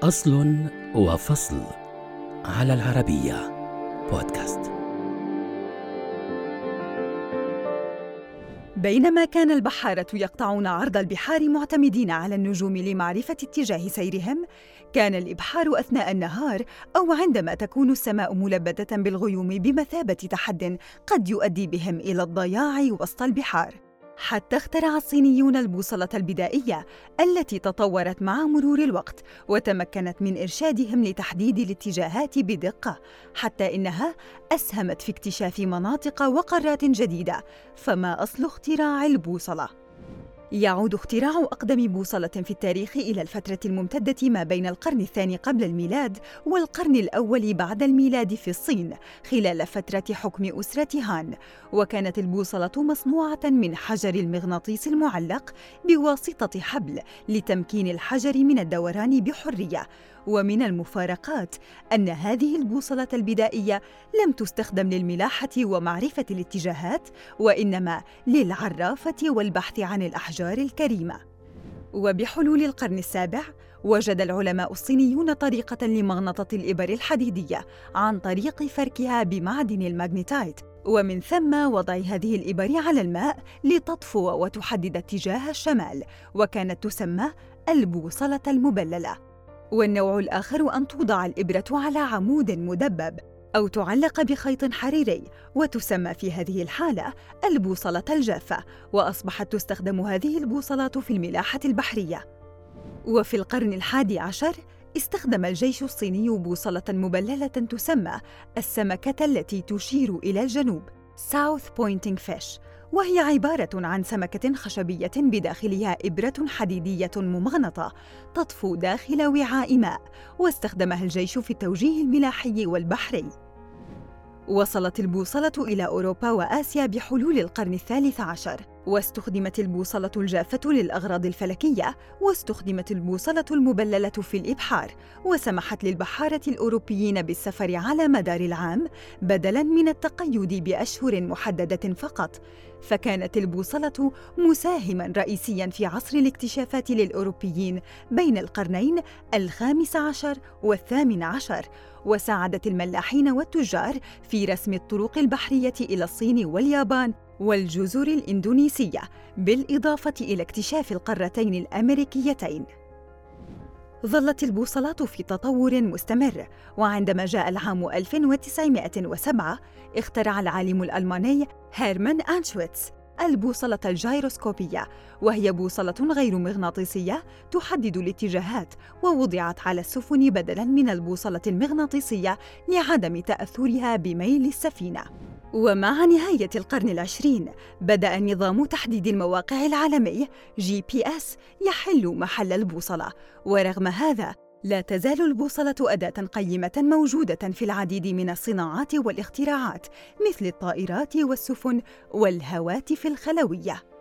أصل وفصل على العربية بودكاست. بينما كان البحارة يقطعون عرض البحار معتمدين على النجوم لمعرفة اتجاه سيرهم، كان الإبحار أثناء النهار أو عندما تكون السماء ملبدة بالغيوم بمثابة تحد قد يؤدي بهم إلى الضياع وسط البحار. حتى اخترع الصينيون البوصلة البدائية التي تطورت مع مرور الوقت وتمكنت من إرشادهم لتحديد الاتجاهات بدقة، حتى إنها أسهمت في اكتشاف مناطق وقارات جديدة. فما أصل اختراع البوصلة؟ يعود اختراع أقدم بوصلة في التاريخ إلى الفترة الممتدة ما بين القرن الثاني قبل الميلاد والقرن الأول بعد الميلاد في الصين خلال فترة حكم أسرة هان، وكانت البوصلة مصنوعة من حجر المغناطيس المعلق بواسطة حبل لتمكين الحجر من الدوران بحرية. ومن المفارقات أن هذه البوصلة البدائية لم تستخدم للملاحة ومعرفة الاتجاهات، وإنما للعرافة والبحث عن الأحجار الكريمة. وبحلول القرن السابع وجد العلماء الصينيون طريقة لمغنطة الإبر الحديدية عن طريق فركها بمعدن الماغنيتايت، ومن ثم وضع هذه الإبر على الماء لتطفو وتحدد اتجاه الشمال، وكانت تسمى البوصلة المبللة. والنوع الآخر أن توضع الإبرة على عمود مدبب أو تعلق بخيط حريري، وتسمى في هذه الحالة البوصلة الجافة، وأصبحت تستخدم هذه البوصلات في الملاحة البحرية. وفي القرن ال11 استخدم الجيش الصيني بوصلة مبللة تسمى السمكة التي تشير إلى الجنوب South Pointing Fish، وهي عبارة عن سمكة خشبية بداخلها إبرة حديدية ممغنطة تطفو داخل وعاء ماء، واستخدمها الجيش في التوجيه الملاحي والبحري. وصلت البوصلة إلى أوروبا وآسيا بحلول القرن ال13، واستخدمت البوصلة الجافة للأغراض الفلكية، واستخدمت البوصلة المبللة في الإبحار، وسمحت للبحارة الأوروبيين بالسفر على مدار العام بدلاً من التقيد بأشهر محددة فقط. فكانت البوصلة مساهماً رئيسياً في عصر الاكتشافات للأوروبيين بين القرنين ال15 وال18، وساعدت الملاحين والتجار في رسم الطرق البحرية إلى الصين واليابان والجزر الإندونيسية، بالإضافة إلى اكتشاف القارتين الأمريكيتين. ظلت البوصلات في تطور مستمر، وعندما جاء العام 1907 اخترع العالم الألماني هيرمان أنشويتس البوصلة الجيروسكوبية، وهي بوصلة غير مغناطيسية تحدد الاتجاهات، ووضعت على السفن بدلاً من البوصلة المغناطيسية لعدم تأثرها بميل السفينة. ومع نهاية القرن العشرين بدأ نظام تحديد المواقع العالمي GPS يحل محل البوصلة، ورغم هذا لا تزال البوصلة أداة قيمة موجودة في العديد من الصناعات والاختراعات مثل الطائرات والسفن والهواتف الخلوية.